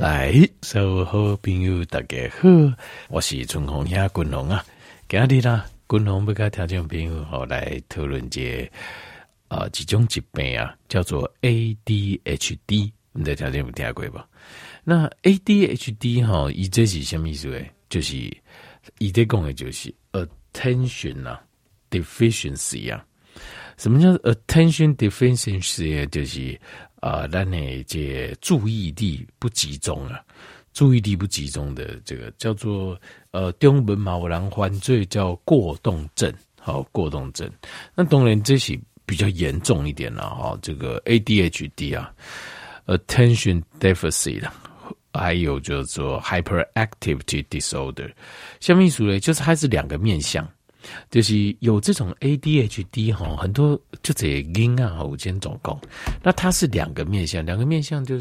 来，所有好朋友大家好，我是春红兄君龙啊。今日啦，君龙要跟听众朋友来讨论一种疾病啊，叫做 ADHD。你在听众听过吧？那 ADHD 伊这是什么意思呢？就是伊在讲的就是 attention 啊 deficiency 啊。什么叫 attention deficiency？ 就是咱的这注意力不集中啊，注意力不集中的这个叫做中文嘛有人犯罪叫过动症，好，过动症。那当然这是比较严重一点啦，哈，这个 ADHD 啊 ，attention deficit 啊。还有叫做 hyperactivity disorder， 什么意思呢？就是它是两个面向，就是有这种 ADHD 很多就这因啊，我今天总共，那它是两个面向，就是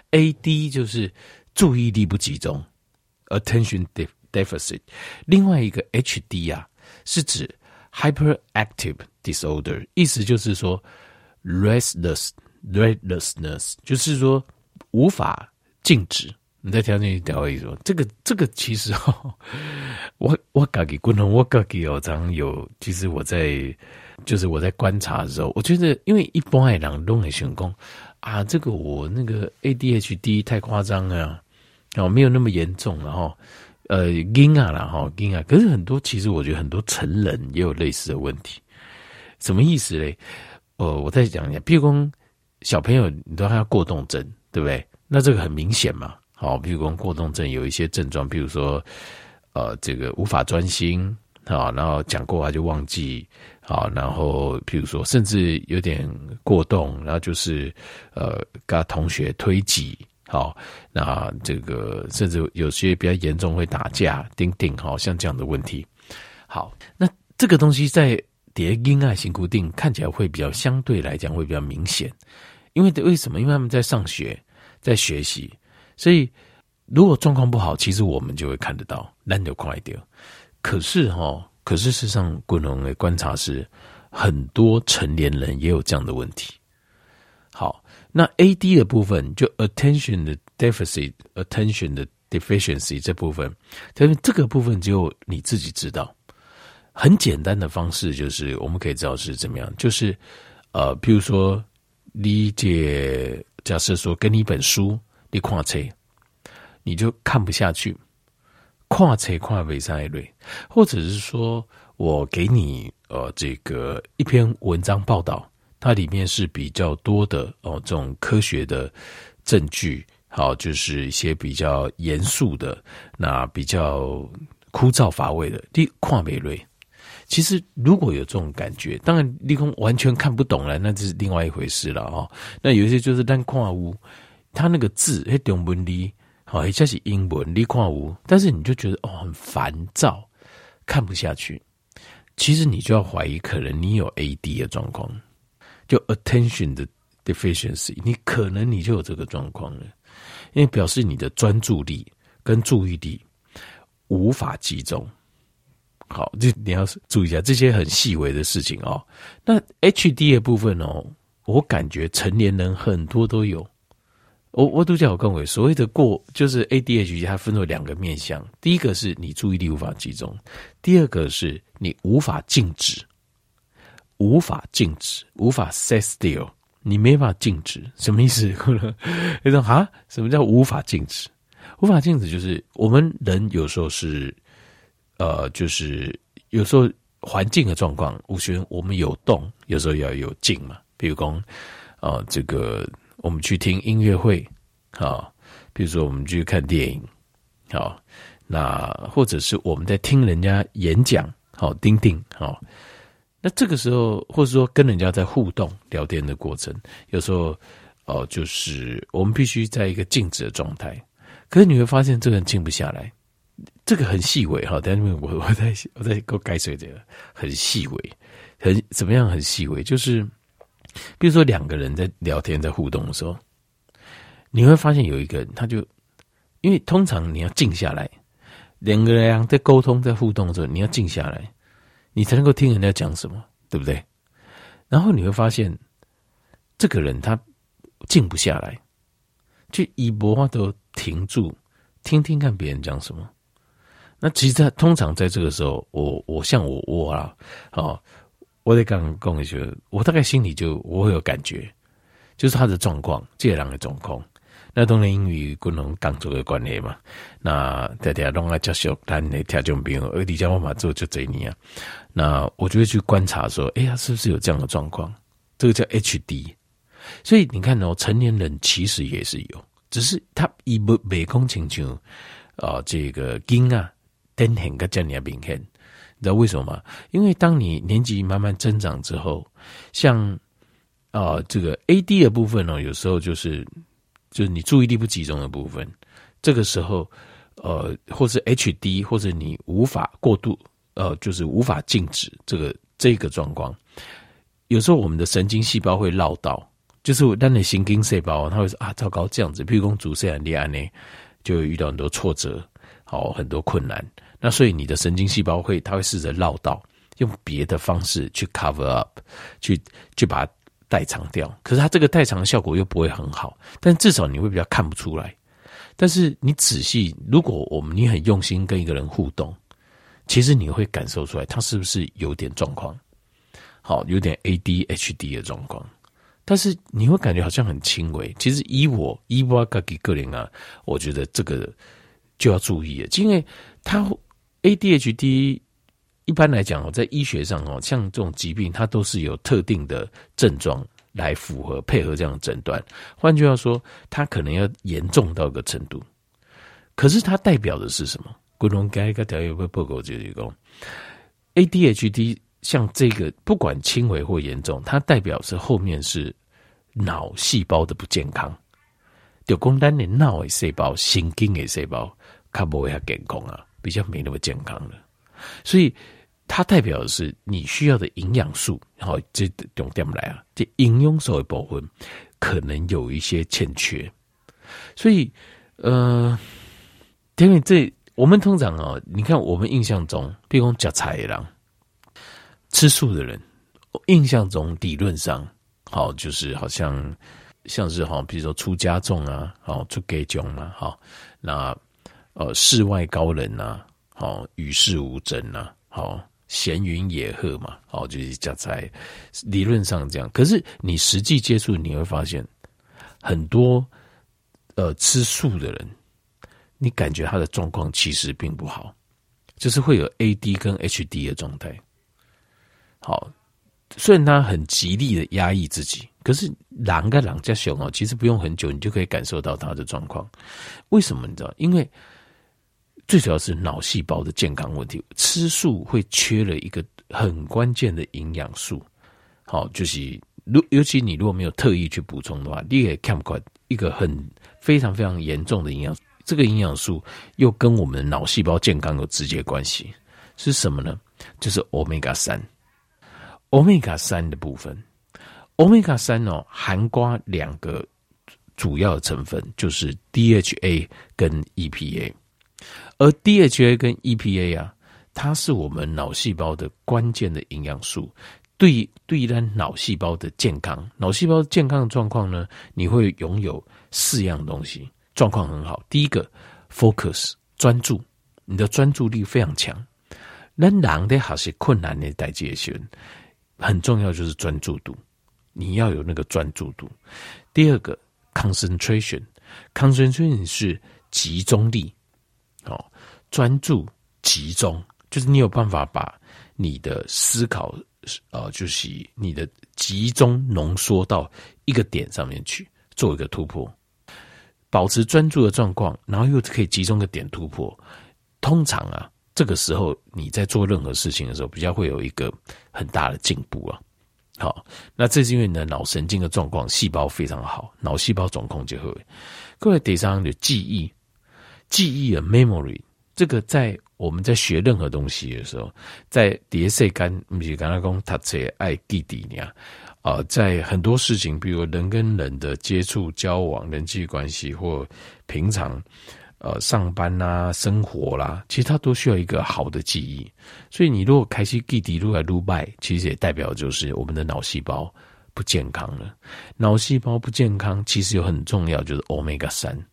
AD 就是注意力不集中 attention deficit， 另外一个 HD 啊是指 hyperactive disorder， 意思就是说 restlessness， 就是说无法静止。你在条件调一说，这个其实我自己观众，我自己常有，其实我在观察的时候，我觉得因为一般的人都很想讲啊，这个我那个 ADHD 太夸张了，没有那么严重了哈，因啊啦哈因啊，可是很多其实我觉得很多成人也有类似的问题，什么意思嘞？我再讲一下，比如说小朋友你都还要过动症，对不对？那这个很明显嘛。好，比如说过动症有一些症状，比如说这个无法专心，好，然后讲过话就忘记，好，然后比如说甚至有点过动，然后就是跟同学推挤，好，那这个甚至有些比较严重会打架、钉钉，好像这样的问题。好，那这个东西在因爱型固定看起来会比较相对来讲会比较明显，因为什么？因为他们在上学，在学习。所以，如果状况不好，其实我们就会看得到，咱就快点。可是事实上，滚龙的观察是，很多成年人也有这样的问题。好，那 AD 的部分，就 attention 的 deficit、attention 的 deficiency 这部分，但是这个部分只有你自己知道。很简单的方式就是，我们可以知道是怎么样，就是比如说，理解，假设说给你一本书。你看册，你就看不下去，看册看不下去，或者是说我给你这个一篇文章报道，它里面是比较多的这种科学的证据，好，就是一些比较严肃的，那比较枯燥乏味的，你看不下去。其实如果有这种感觉，当然你完全看不懂了，那这是另外一回事了哦。那有一些就是单看有。他那个字，中文里好，这是英文，你看无，但是你就觉得很烦躁，看不下去。其实你就要怀疑，可能你有 AD 的状况，就 attention 的 deficiency， 你可能你就有这个状况了，因为表示你的专注力跟注意力无法集中。好，就你要注意一下这些很细微的事情哦。那 HD 的部分我感觉成年人很多都有。我都叫我跟我所谓的就是 ADHD 它分为两个面向，第一个是你注意力无法集中，第二个是你无法静止，无法 set still， 你没法静止，什么意思？你说什么叫无法静止？无法静止就是我们人有时候是就是有时候环境的状况，我们有动，有时候要有静嘛，比如说这个。我们去听音乐会，好，比如说我们去看电影，好，那或者是我们在听人家演讲，好，钉钉，好，那这个时候或者说跟人家在互动聊天的过程，有时候就是我们必须在一个静止的状态，可是你会发现这个人静不下来，这个很细微哈，但是我在给我改水这个很细微，怎么样很细微，就是。比如说两个人在聊天在互动的时候，你会发现有一个人他就因为通常你要静下来，两个人在沟通在互动的时候你要静下来，你才能够听人家讲什么，对不对？然后你会发现这个人他静不下来，就以无法都停住，听听看别人讲什么。那其实通常在这个时候，我像我啦，我得刚讲一些，我大概心里我会有感觉，就是他的状况，这个人的状况。那当然因为跟人工作的关系嘛，那大家拢爱接受咱的听众朋友，你讲我嘛做就这年啊，那我就会去观察说，他是不是有这样的状况？这个叫 HD。所以你看成年人其实也是有，只是他伊没讲清楚这个囡仔展现个这样明显，你知道为什么吗？因为当你年纪慢慢增长之后，像这个 AD 的部分有时候就是你注意力不集中的部分，这个时候或是 HD 或者你无法过度就是无法静止这个状况，有时候我们的神经细胞会绕道，就是咱的神经细胞它会说糟糕这样子，譬如说主细胞裂呢就会遇到很多挫折，很多困难，那所以你的神经细胞它会试着绕道，用别的方式去 cover up， 去把它代偿掉，可是它这个代偿的效果又不会很好，但至少你会比较看不出来。但是你仔细，如果你很用心跟一个人互动，其实你会感受出来他是不是有点状况，有点 ADHD 的状况，但是你会感觉好像很轻微。其实以我自己个人我觉得这个就要注意了，因为他 ADHD 一般来讲在医学上像这种疾病它都是有特定的症状来配合这样的诊断，换句话说它可能要严重到一个程度，可是它代表的是什么？国龙该个条有个报告就是说 ADHD 像这个不管轻微或严重，它代表是后面是脑细胞的不健康，就说咱的脑的细胞神经的细胞较不会很健康比较没那么健康了，所以它代表的是你需要的营养素，这重点来这营养素的部分可能有一些欠缺，所以因为我们通常你看我们印象中，比如说吃菜的人、吃素的人，印象中理论上就是好像是比如说出家众出家众那世外高人与世无争闲云野鹤嘛，就是吃菜，理论上这样。可是你实际接触，你会发现很多吃素的人，你感觉他的状况其实并不好，就是会有 AD 跟 HD 的状态。虽然他很极力的压抑自己，可是人跟人家熊其实不用很久，你就可以感受到他的状况。为什么你知道？因为最主要是脑细胞的健康问题，吃素会缺了一个很关键的营养素。就是尤其你如果没有特意去补充的话，你也看不出来一个非常非常严重的营养素。这个营养素又跟我们的脑细胞健康有直接关系，是什么呢？就是 Omega 3的部分。Omega 3含括两个主要的成分，就是 DHA 跟 EPA。而 DHA 跟 EPA它是我们脑细胞的关键的营养素，对咱脑细胞的健康的状况呢，你会拥有4样东西，状况很好。第一个 focus 专注，你的专注力非常强。咱人在还是困难的代际的时候，很重要就是专注度，你要有那个专注度。第二个 concentration 是集中力，专注集中，就是你有办法把你的思考就是你的集中浓缩到一个点上面去做一个突破，保持专注的状况，然后又可以集中个点突破。通常这个时候你在做任何事情的时候比较会有一个很大的进步那这是因为你的脑神经的状况细胞非常好，脑细胞总控就会。各位第三的记忆的 memory， 这个在我们在学任何东西的时候，在第世间不是刚刚讲读册爱记忆呢，在很多事情，比如人跟人的接触交往、人际关系或平常上班生活啦，其实它都需要一个好的记忆。所以你如果开始记忆越来越坏，其实也代表就是我们的脑细胞不健康了。脑细胞不健康，其实有很重要就是 Omega 3。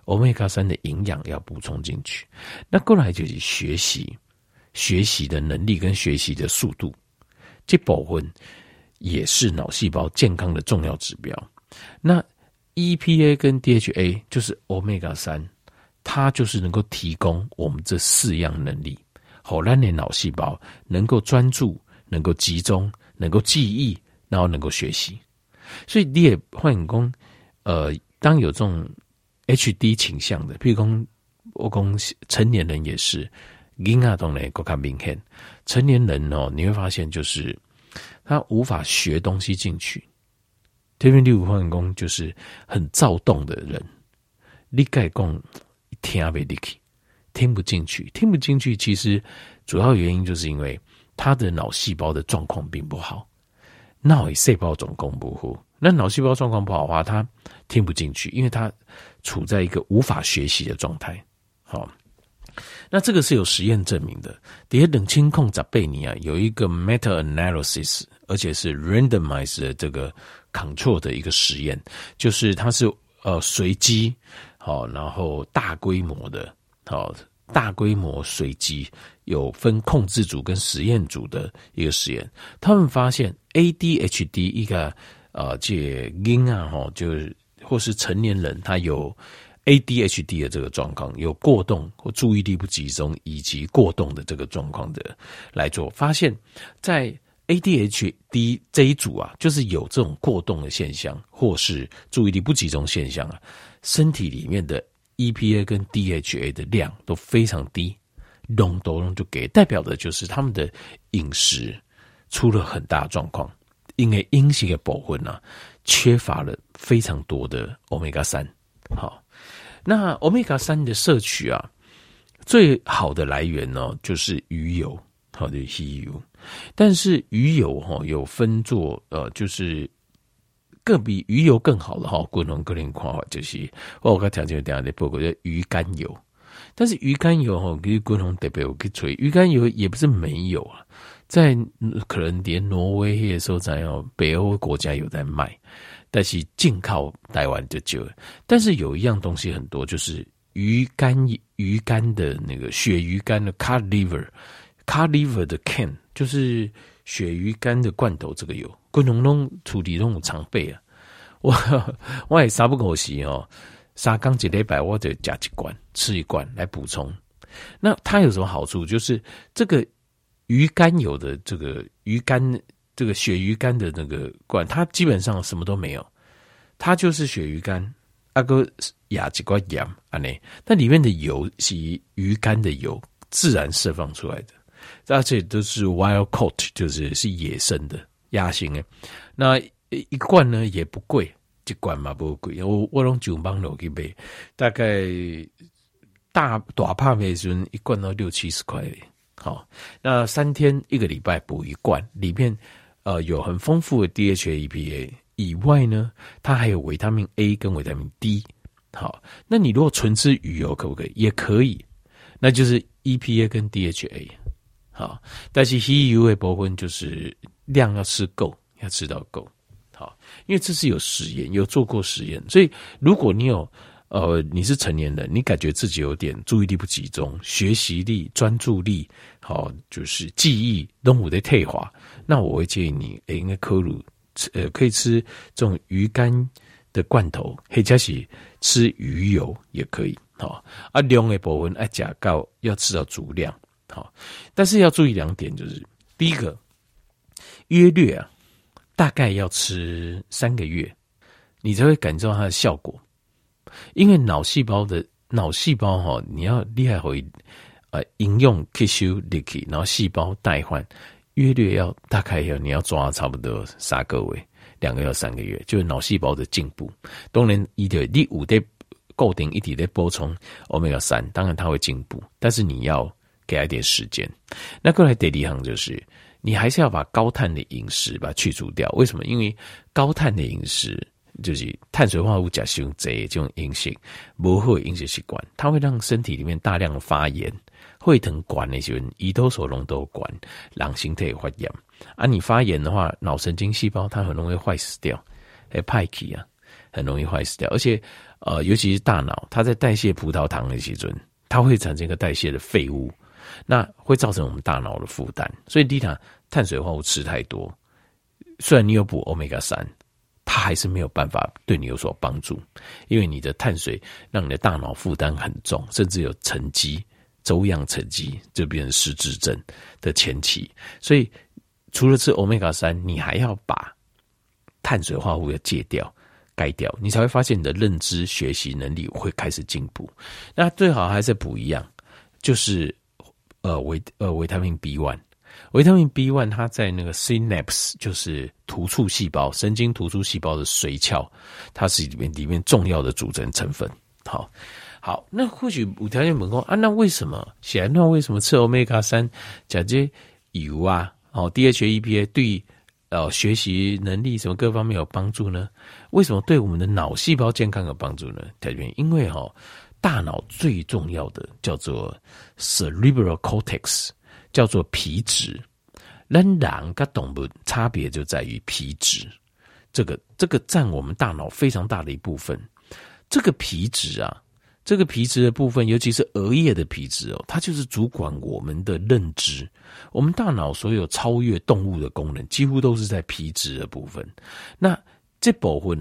Omega 3的营养要补充进去。那过来就是学习的能力跟学习的速度，这部分也是脑细胞健康的重要指标。那 EPA 跟 DHA 就是 Omega 3，它就是能够提供我们这4样能力，好让你脑细胞能够专注，能够集中，能够记忆，然后能够学习。所以你也换讲，当有这种 HD 倾向的，譬如讲我讲成年人也是，婴儿当然更加明显。成年人你会发现就是他无法学东西进去。特别例如换讲就是很躁动的人，你该讲听不进去，听不进去，其实主要原因就是因为他的脑细胞的状况并不好，脑细胞状况不好。那脑细胞状况不好的话，他听不进去，因为他处在一个无法学习的状态。好，那这个是有实验证明的。在2010年有一个 meta analysis， 而且是 randomized 的这个 control 的一个实验，就是它是随机，好，然后大规模的，好，大规模随机，有分控制组跟实验组的一个实验。他们发现 ADHD 一个这婴儿就是或是成年人，他有 ADHD 的这个状况，有过动或注意力不集中以及过动的这个状况的来做，发现在 ADHD 这一组就是有这种过动的现象或是注意力不集中现象身体里面的 EPA 跟 DHA 的量都非常低，浓就给代表的就是他们的饮食出了很大状况，因为饮食的部分缺乏了非常多的 Omega 3。好，那 Omega 3的摄取最好的来源就是鱼油，好的鱼油。但是鱼油有分作就是更比鱼油更好的滚龙个人看法就是我刚才讲等下的报告叫鱼肝油。但是鱼肝油其实滚龙特别有去吹，鱼肝油也不是没有在可能连挪威那些时候在北欧国家有在卖，但是进靠台湾就久了。但是有一样东西很多，就是鱼肝的那个鳕鱼肝的 cod liver 的 can， 就是鳕鱼肝的罐头，这个油滚龙弄处理那种常备我也三不五时三天一礼拜我就吃一罐来补充。那它有什么好处？就是这个鱼肝油的这个鱼肝，这个鳕鱼肝的那个罐，它基本上什么都没有，它就是鳕鱼肝个压几块盐但里面的油是鱼肝的油自然释放出来的，而且都是 wild caught， 就是野生的鸭型的。那一罐呢也不贵，一罐嘛不贵，我用9磅落去买，大概大帕的时候一罐到60-70块。好，那3天1个礼拜补一罐，里面有很丰富的 DHA EPA 以外呢，它还有维他命 A 跟维他命 D。好，那你如果纯吃鱼油可不可以？也可以，那就是 EPA 跟 DHA。好，但是鱼油的部分就是量要吃够，要吃到够。好，因为这是有实验，有做过实验，所以如果你有你是成年人，你感觉自己有点注意力不集中、学习力、专注力，好，就是记忆都有在退化，那我会建议你应该可以吃这种鱼肝的罐头，或者是吃鱼油也可以。好，量的部分要吃到，要吃到足量。好，但是要注意2点，就是第一个，约略大概要吃3个月，你才会感受到它的效果。因为脑细胞你要厉害回应用吸收进去，然后细胞代换，约略要大概你要抓差不多3个月，2个月3个月，就是脑细胞的进步。当然你有在固定一直在补充 Omega 3，当然它会进步，但是你要给它一点时间。那过来第2项就是你还是要把高碳的饮食把它去除掉。为什么？因为高碳的饮食就是碳水化合物加太多这种饮食，不好的饮食习惯，它会让身体里面大量的发炎，会疼管的时候，胰岛素浓度管，让身体发炎。你发炎的话，脑神经细胞它很容易坏死掉，派气很容易坏死掉。而且尤其是大脑，它在代谢葡萄糖的时候，它会产生一个代谢的废物，那会造成我们大脑的负担。所以第一堂碳水化合物吃太多，虽然你有补 Omega-3，它还是没有办法对你有所帮助，因为你的碳水让你的大脑负担很重，甚至有沉积、粥样沉积，就变成失智症的前期。所以除了吃 Omega-3，你还要把碳水化合物要戒掉、改掉，你才会发现你的认知、学习能力会开始进步。那最好还是补一样，就是维他命 B1。维他命 B1 它在那个 synapse 就是突触细胞、神经突触细胞的髓鞘，它是里面重要的组成成分。好，那或许有条件问说啊，那为什么显然那为什么吃 Omega-3 假这油啊DHA EPA 对学习能力什么各方面有帮助呢？为什么对我们的脑细胞健康有帮助呢？因为大脑最重要的叫做 cerebral cortex， 叫做皮质。人跟动物差别就在于皮质，这个占我们大脑非常大的一部分。这个皮质的部分，尤其是额叶的皮质它就是主管我们的认知。我们大脑所有超越动物的功能，几乎都是在皮质的部分。那这部分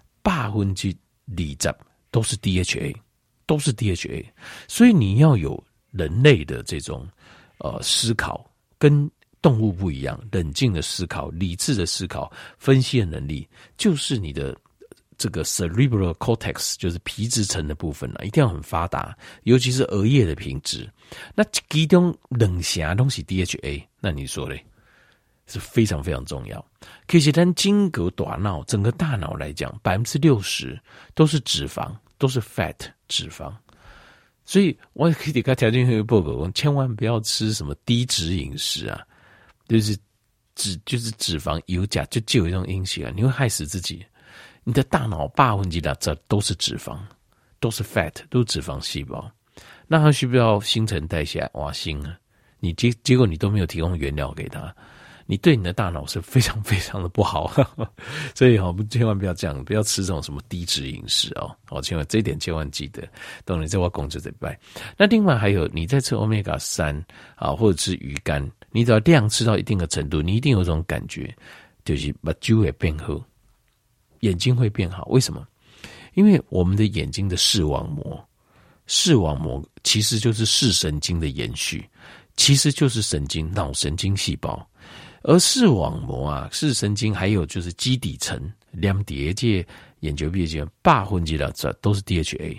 20%都是 DHA， 都是 DHA。所以你要有人类的这种思考，跟动物不一样，冷静的思考、理智的思考、分析的能力，就是你的这个 cerebral cortex， 就是皮质层的部分一定要很发达，尤其是额叶的皮质。那其中两项都是 DHA， 那你说嘞，是非常非常重要。其实咱整个大脑、整个大脑来讲，60%都是脂肪，都是 fat 脂肪。所以我可以给他条件会报告，千万不要吃什么低脂饮食啊，就是脂肪、油价就有一种因素你会害死自己。你的大脑80%都是脂肪，都是 fat， 都是脂肪细胞。那它需不需要新陈代谢瓦新啊？你结果你都没有提供原料给它，你对你的大脑是非常非常的不好。所以千万不要这样，不要吃这种什么低脂饮食千万这一点千万记得。懂你在我工作这边。那另外还有你在吃 Omega-3 或者吃鱼肝，你只要量吃到一定的程度，你一定有这种感觉，就是眼睛会变好，眼睛会变好。为什么？因为我们的眼睛的视网膜其实就是视神经的延续，其实就是脑神经细胞。而视网膜视神经还有就是基底层两叠界眼球壁界80%都是 DHA，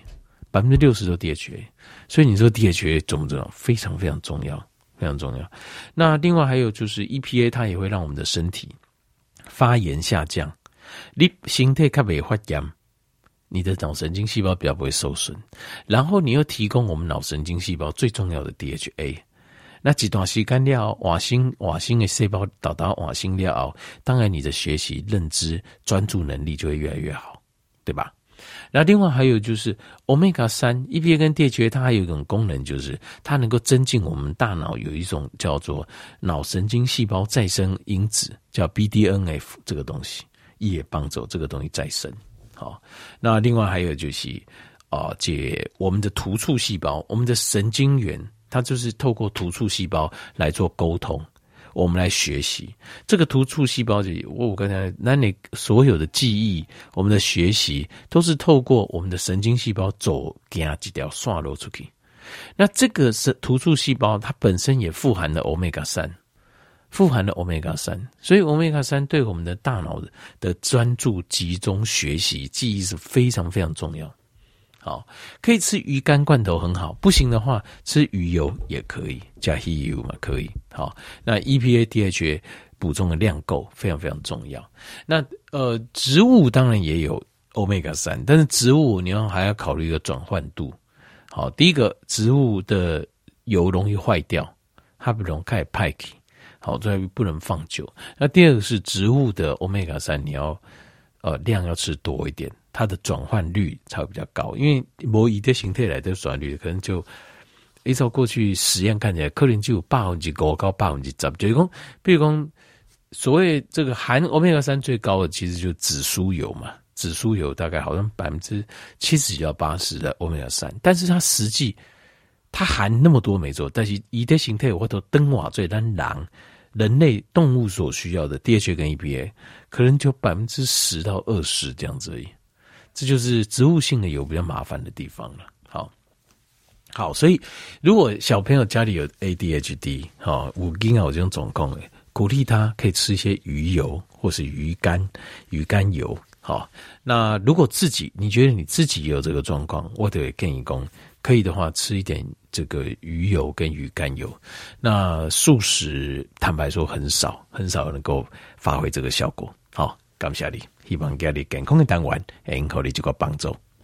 60%都 DHA。 所以你说 DHA 重不重要？非常非常重要，非常重要。那另外还有就是 EPA， 它也会让我们的身体发炎下降，你身体较不会发炎，你的脑神经细胞比较不会受损，然后你又提供我们脑神经细胞最重要的 DHA。 那一段时间了换新的细胞到换新了后，当然你的学习、认知、专注能力就会越来越好，对吧？那另外还有就是 Omega-3 EPA 跟 DHA， 它还有一种功能，就是它能够增进我们大脑有一种叫做脑神经细胞再生因子，叫 BDNF 这个东西，也帮助这个东西再生。那另外还有就是我们的突触细胞，我们的神经元，它就是透过突触细胞来做沟通，我们来学习。这个突触细胞我刚才那你所有的记忆，我们的学习都是透过我们的神经细胞走几条线路出去。那这个是突触细胞，它本身也富含了 Omega-3，所以 Omega-3 对我们的大脑的专注、集中、学习、记忆是非常非常重要。好，可以吃鱼肝罐头很好，不行的话吃鱼油也可以，加鱼油嘛可以。好，那 EPA、DHA 补充的量够，非常非常重要。那植物当然也有 Omega-3， 但是植物你还要考虑一个转换度。好，第一个，植物的油容易坏掉，它不容易派去。好，所以不能放久。那第二个是植物的 Omega-3， 你要量要吃多一点，它的转换率才会比较高。因为某一的形态来的转换率可能就依照过去实验看起来，可能就有5%到10%，就是说，比如说所谓这个含 Omega-3 最高的其实就是紫苏油嘛， 紫苏有大概好像70%到80%的欧米伽3，但是它实际它含那么多美洲，但是它的形态我都灯瓦最但人类动物所需要的 DHA 跟 EPA 可能就10%到20%这样子而已。这就是植物性的油比较麻烦的地方了。好，所以如果小朋友家里有 ADHD， 有婴儿有这种状况，鼓励他可以吃一些鱼油或是鱼肝油。好，那如果你觉得你自己有这个状况，我得建议说，可以的话吃一点这个鱼油跟鱼肝油。那素食坦白说很少能够发挥这个效果。好，感谢你，希望家里健康的单元会给你这个帮助。